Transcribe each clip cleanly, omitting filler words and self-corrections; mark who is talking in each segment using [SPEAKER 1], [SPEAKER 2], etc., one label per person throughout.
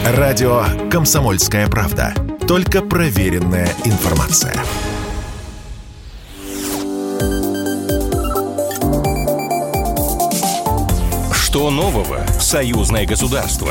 [SPEAKER 1] Радио «Комсомольская правда». Только проверенная информация.
[SPEAKER 2] Что нового в союзное государство?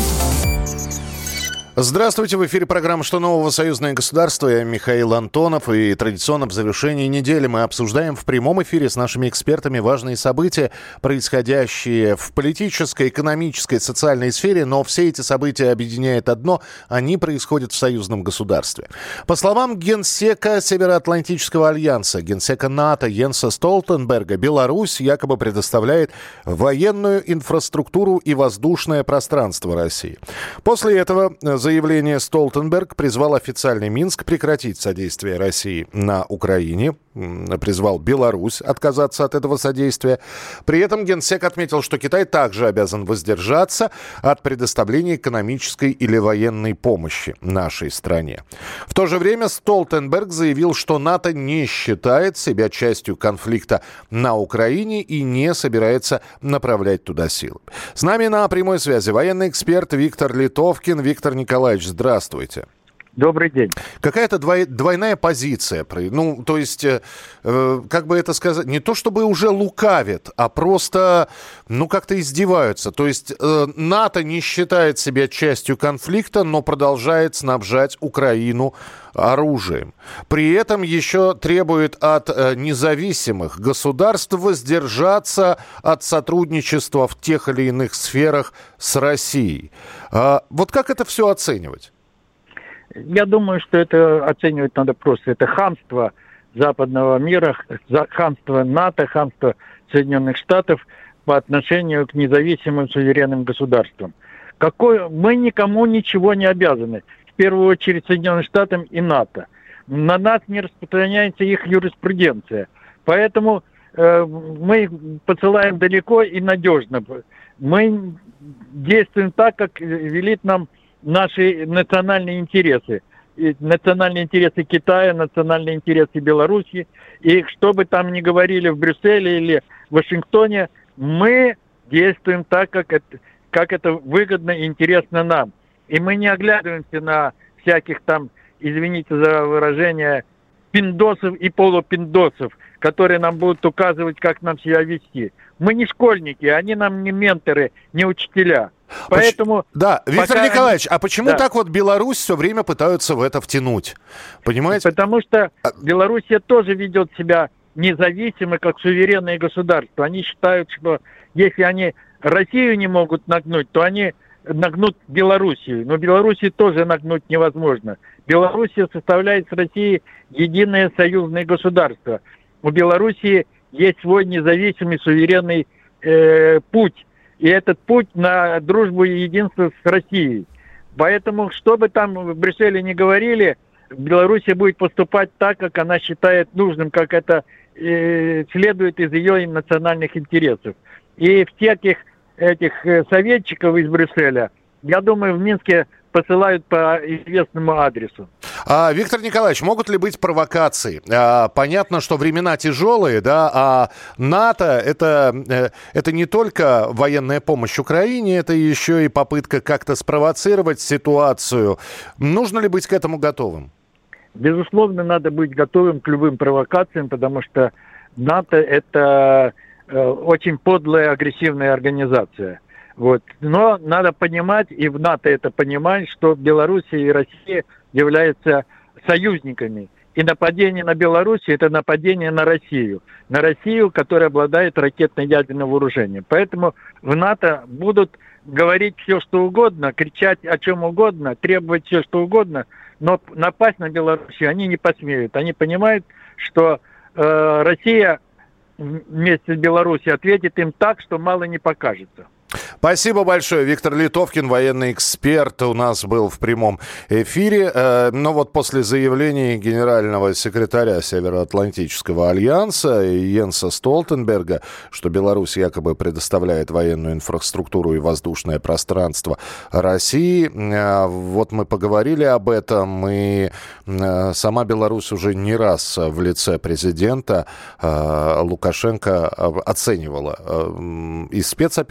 [SPEAKER 3] Здравствуйте, в эфире программа «Что нового? Союзное государство». Я Михаил Антонов, и традиционно в завершении недели мы обсуждаем в прямом эфире с нашими экспертами важные события, происходящие в политической, экономической, социальной сфере, но все эти события объединяет одно – они происходят в союзном государстве. По словам генсека Североатлантического альянса, генсека НАТО Йенса Столтенберга, Беларусь якобы предоставляет военную инфраструктуру и воздушное пространство России. После этого заявление Столтенберг призвал официальный Минск прекратить содействие России на Украине, призвал Беларусь отказаться от этого содействия. При этом генсек отметил, что Китай также обязан воздержаться от предоставления экономической или военной помощи нашей стране. В то же время Столтенберг заявил, что НАТО не считает себя частью конфликта на Украине и не собирается направлять туда силы. С нами на прямой связи военный эксперт Виктор Литовкин. Виктор Николаевич, здравствуйте.
[SPEAKER 4] Добрый день.
[SPEAKER 3] Какая-то двойная позиция. Ну, то есть, как бы это сказать, не то чтобы уже лукавят, а просто, как-то издеваются. То есть, НАТО не считает себя частью конфликта, но продолжает снабжать Украину оружием. При этом еще требует от независимых государств воздержаться от сотрудничества в тех или иных сферах с Россией. Вот как это все оценивать?
[SPEAKER 4] Я думаю, что это оценивать надо просто. Это хамство западного мира, хамство НАТО, хамство Соединенных Штатов по отношению к независимым суверенным государствам. Мы никому ничего не обязаны. В первую очередь Соединенным Штатам и НАТО. На нас не распространяется их юриспруденция. Поэтому мы посылаем далеко и надежно. Мы действуем так, как велит нам наши национальные интересы. И национальные интересы Китая, национальные интересы Беларуси. И что бы там ни говорили в Брюсселе или в Вашингтоне, мы действуем так, как это выгодно и интересно нам. И мы не оглядываемся на всяких там, извините за выражение, пиндосов и полупиндосов, которые нам будут указывать, как нам себя вести. Мы не школьники, они нам не менторы, не учителя. Поэтому
[SPEAKER 3] да, Виктор Николаевич, а почему так вот Беларусь все время пытаются в это втянуть? Понимаете?
[SPEAKER 4] Потому что Белоруссия тоже ведет себя независимо, как суверенное государство. Они считают, что если они Россию не могут нагнуть, то они нагнут Белоруссию. Но Белоруссию тоже нагнуть невозможно. Белоруссия составляет с Россией единое союзное государство. У Белоруссии есть свой независимый суверенный путь. И этот путь на дружбу и единство с Россией. Поэтому, что бы там в Брюсселе ни говорили, Белоруссия будет поступать так, как она считает нужным, как это следует из ее национальных интересов. И всяких этих советчиков из Брюсселя, я думаю, в Минске посылают по известному адресу.
[SPEAKER 3] Виктор Николаевич, могут ли быть провокации? Понятно, что времена тяжелые, да, а НАТО это не только военная помощь Украине, это еще и попытка как-то спровоцировать ситуацию. Нужно ли быть к этому готовым?
[SPEAKER 4] Безусловно, надо быть готовым к любым провокациям, потому что НАТО – это очень подлая, агрессивная организация. Вот. Но надо понимать, и в НАТО это понимать, что Белоруссия и Россия являются союзниками. И нападение на Беларусь – это нападение на Россию. На Россию, которая обладает ракетно-ядерным вооружением. Поэтому в НАТО будут говорить все, что угодно, кричать о чем угодно, требовать все, что угодно, но напасть на Белоруссию они не посмеют. Они понимают, что Россия вместе с Белоруссией ответит им так, что мало не покажется.
[SPEAKER 3] Спасибо большое. Виктор Литовкин, военный эксперт, у нас был в прямом эфире. Но вот после заявлений генерального секретаря Североатлантического альянса Йенса Столтенберга, что Беларусь якобы предоставляет военную инфраструктуру и воздушное пространство России, вот мы поговорили об этом, и сама Беларусь уже не раз в лице президента Лукашенко оценивала и спецоперацию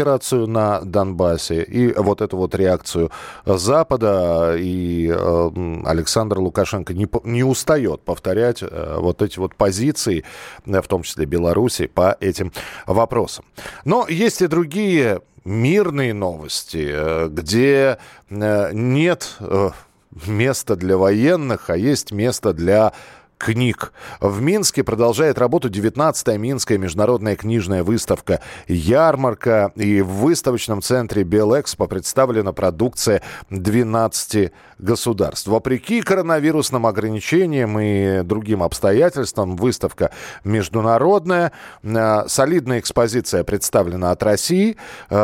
[SPEAKER 3] на Донбассе, и вот эту вот реакцию Запада, и Александр Лукашенко не устает повторять вот эти вот позиции, в том числе Беларуси, по этим вопросам. Но есть и другие мирные новости, где нет места для военных, а есть место для книг. В Минске продолжает работу 19-я Минская международная книжная выставка «Ярмарка». И в выставочном центре «Белэкспо» представлена продукция 12 государств. Вопреки коронавирусным ограничениям и другим обстоятельствам, выставка международная. Солидная экспозиция представлена от России.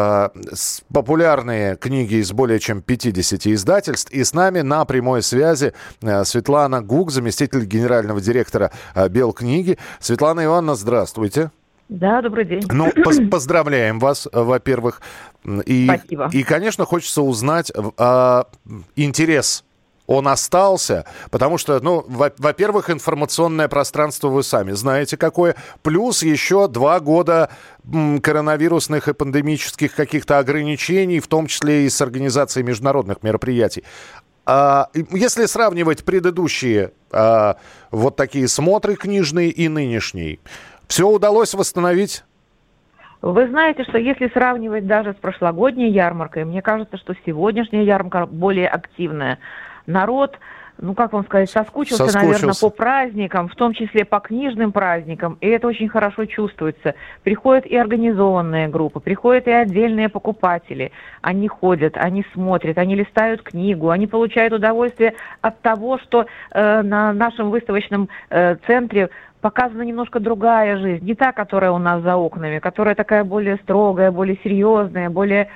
[SPEAKER 3] Популярные книги из более чем 50 издательств. И с нами на прямой связи Светлана Гук, заместитель генерального директора Белкниги. Светлана Ивановна, здравствуйте.
[SPEAKER 5] Да, добрый день.
[SPEAKER 3] Ну, поздравляем вас, во-первых.
[SPEAKER 5] Спасибо.
[SPEAKER 3] И, конечно, хочется узнать интерес. Он остался, потому что, во-первых, информационное пространство вы сами знаете какое. Плюс еще 2 года коронавирусных и пандемических каких-то ограничений, в том числе и с организацией международных мероприятий. Если сравнивать предыдущие вот такие смотры книжные и нынешние, все удалось восстановить?
[SPEAKER 5] Вы знаете, что если сравнивать даже с прошлогодней ярмаркой, мне кажется, что сегодняшняя ярмарка более активная. Народ, как вам сказать, соскучился, наверное, по праздникам, в том числе по книжным праздникам, и это очень хорошо чувствуется. Приходят и организованные группы, приходят и отдельные покупатели. Они ходят, они смотрят, они листают книгу, они получают удовольствие от того, что на нашем выставочном центре показана немножко другая жизнь, не та, которая у нас за окнами, которая такая более строгая, более серьезная, более,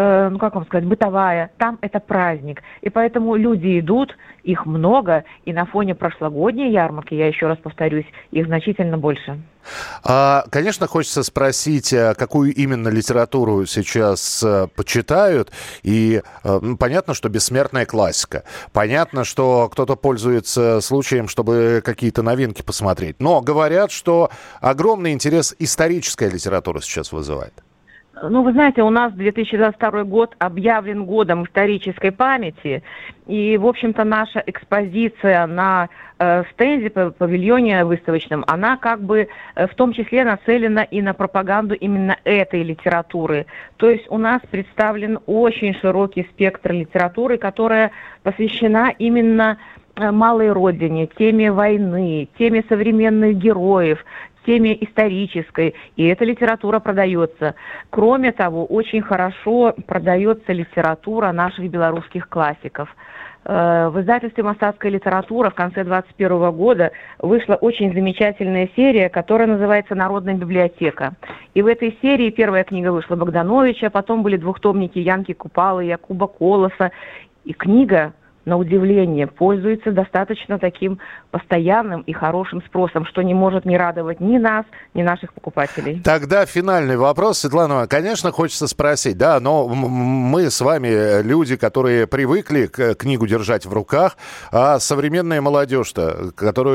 [SPEAKER 5] бытовая. Там это праздник. И поэтому люди идут, их много, и на фоне прошлогодней ярмарки, я еще раз повторюсь, их значительно больше.
[SPEAKER 3] Конечно, хочется спросить, какую именно литературу сейчас почитают. И понятно, что бессмертная классика. Понятно, что кто-то пользуется случаем, чтобы какие-то новинки посмотреть. Но говорят, что огромный интерес историческая литература сейчас вызывает.
[SPEAKER 5] Вы знаете, у нас 2022 год объявлен годом исторической памяти, и, в общем-то, наша экспозиция на стенде, павильоне выставочном, она в том числе нацелена и на пропаганду именно этой литературы. То есть у нас представлен очень широкий спектр литературы, которая посвящена именно малой родине, теме войны, теме современных героев, теме исторической, и эта литература продается. Кроме того, очень хорошо продается литература наших белорусских классиков. В издательстве «Мосадская литература» в конце 2021 года вышла очень замечательная серия, которая называется «Народная библиотека». И в этой серии первая книга вышла Богдановича, потом были двухтомники Янки Купалы, Якуба Колоса. И книга, на удивление, пользуется достаточно таким постоянным и хорошим спросом, что не может не радовать ни нас, ни наших покупателей.
[SPEAKER 3] Тогда финальный вопрос, Светлана. Конечно, хочется спросить, да, но мы с вами люди, которые привыкли книгу держать в руках, а современная молодежь-то,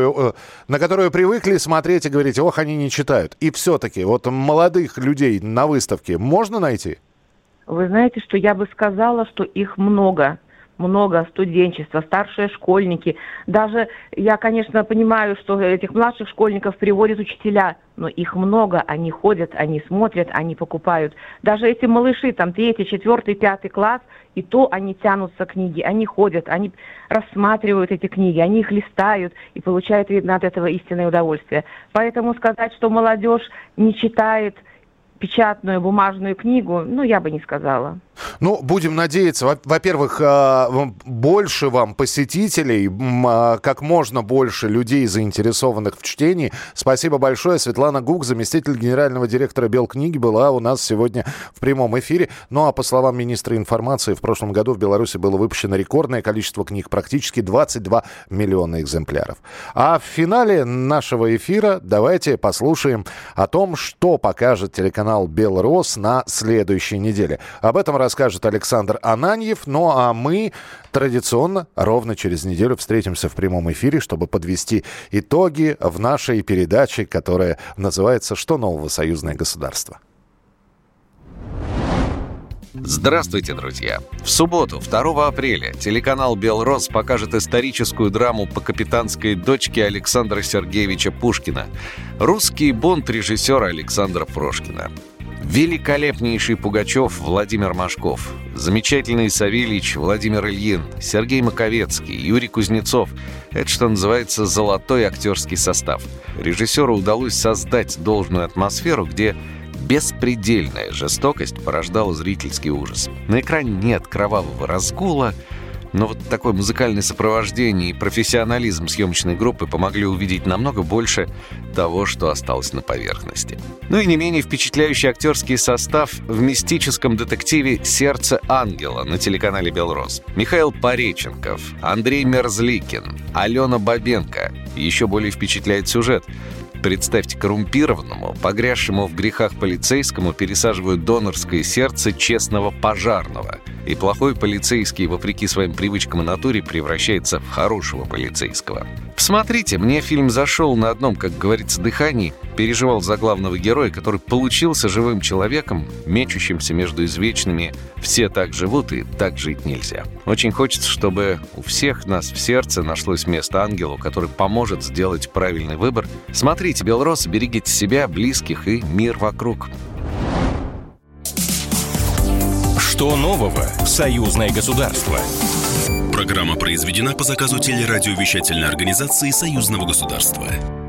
[SPEAKER 3] на которую привыкли смотреть и говорить, ох, они не читают. И все-таки вот молодых людей на выставке можно найти?
[SPEAKER 5] Вы знаете, что я бы сказала, что их много студенчества, старшие школьники. Даже я, конечно, понимаю, что этих младших школьников приводят учителя, но их много, они ходят, они смотрят, они покупают. Даже эти малыши, 3, 4, 5 класс, и то они тянутся к книге, они ходят, они рассматривают эти книги, они их листают и получают, видно, от этого истинное удовольствие. Поэтому сказать, что молодежь не читает печатную бумажную книгу, я бы не сказала.
[SPEAKER 3] Будем надеяться, во-первых, больше вам посетителей, как можно больше людей, заинтересованных в чтении. Спасибо большое. Светлана Гук, заместитель генерального директора Белкниги, была у нас сегодня в прямом эфире. А по словам министра информации, в прошлом году в Беларуси было выпущено рекордное количество книг, практически 22 миллиона экземпляров. А в финале нашего эфира давайте послушаем о том, что покажет телеканал «Белрос» на следующей неделе. Об этом расскажет Александр Ананьев. А мы традиционно ровно через неделю встретимся в прямом эфире, чтобы подвести итоги в нашей передаче, которая называется «Что нового, союзное государство?».
[SPEAKER 6] Здравствуйте, друзья! В субботу, 2 апреля, телеканал «Белрос» покажет историческую драму по капитанской дочке Александра Сергеевича Пушкина. Русский Бонд режиссера Александра Прошкина. Великолепнейший Пугачев Владимир Машков, замечательный Савельич Владимир Ильин, Сергей Маковецкий, Юрий Кузнецов. Это, что называется, золотой актерский состав. Режиссеру удалось создать должную атмосферу, где беспредельная жестокость порождала зрительский ужас. На экране нет кровавого разгула, но вот такое музыкальное сопровождение и профессионализм съемочной группы помогли увидеть намного больше того, что осталось на поверхности. Ну и не менее впечатляющий актерский состав в мистическом детективе «Сердце ангела» на телеканале «Белрос». Михаил Пореченков, Андрей Мерзликин, Алена Бабенко. Еще более впечатляет сюжет. Представьте, коррумпированному, погрязшему в грехах полицейскому пересаживают донорское сердце честного пожарного. И плохой полицейский, вопреки своим привычкам и натуре, превращается в хорошего полицейского. Посмотрите, мне фильм зашел на одном, как говорится, дыхании. Переживал за главного героя, который получился живым человеком, мечущимся между извечными «все так живут и так жить нельзя». Очень хочется, чтобы у всех нас в сердце нашлось место ангелу, который поможет сделать правильный выбор. Смотрите «Белрос», берегите себя, близких и мир вокруг.
[SPEAKER 2] Что нового в союзное государство?
[SPEAKER 1] Программа произведена по заказу телерадиовещательной организации Союзного государства.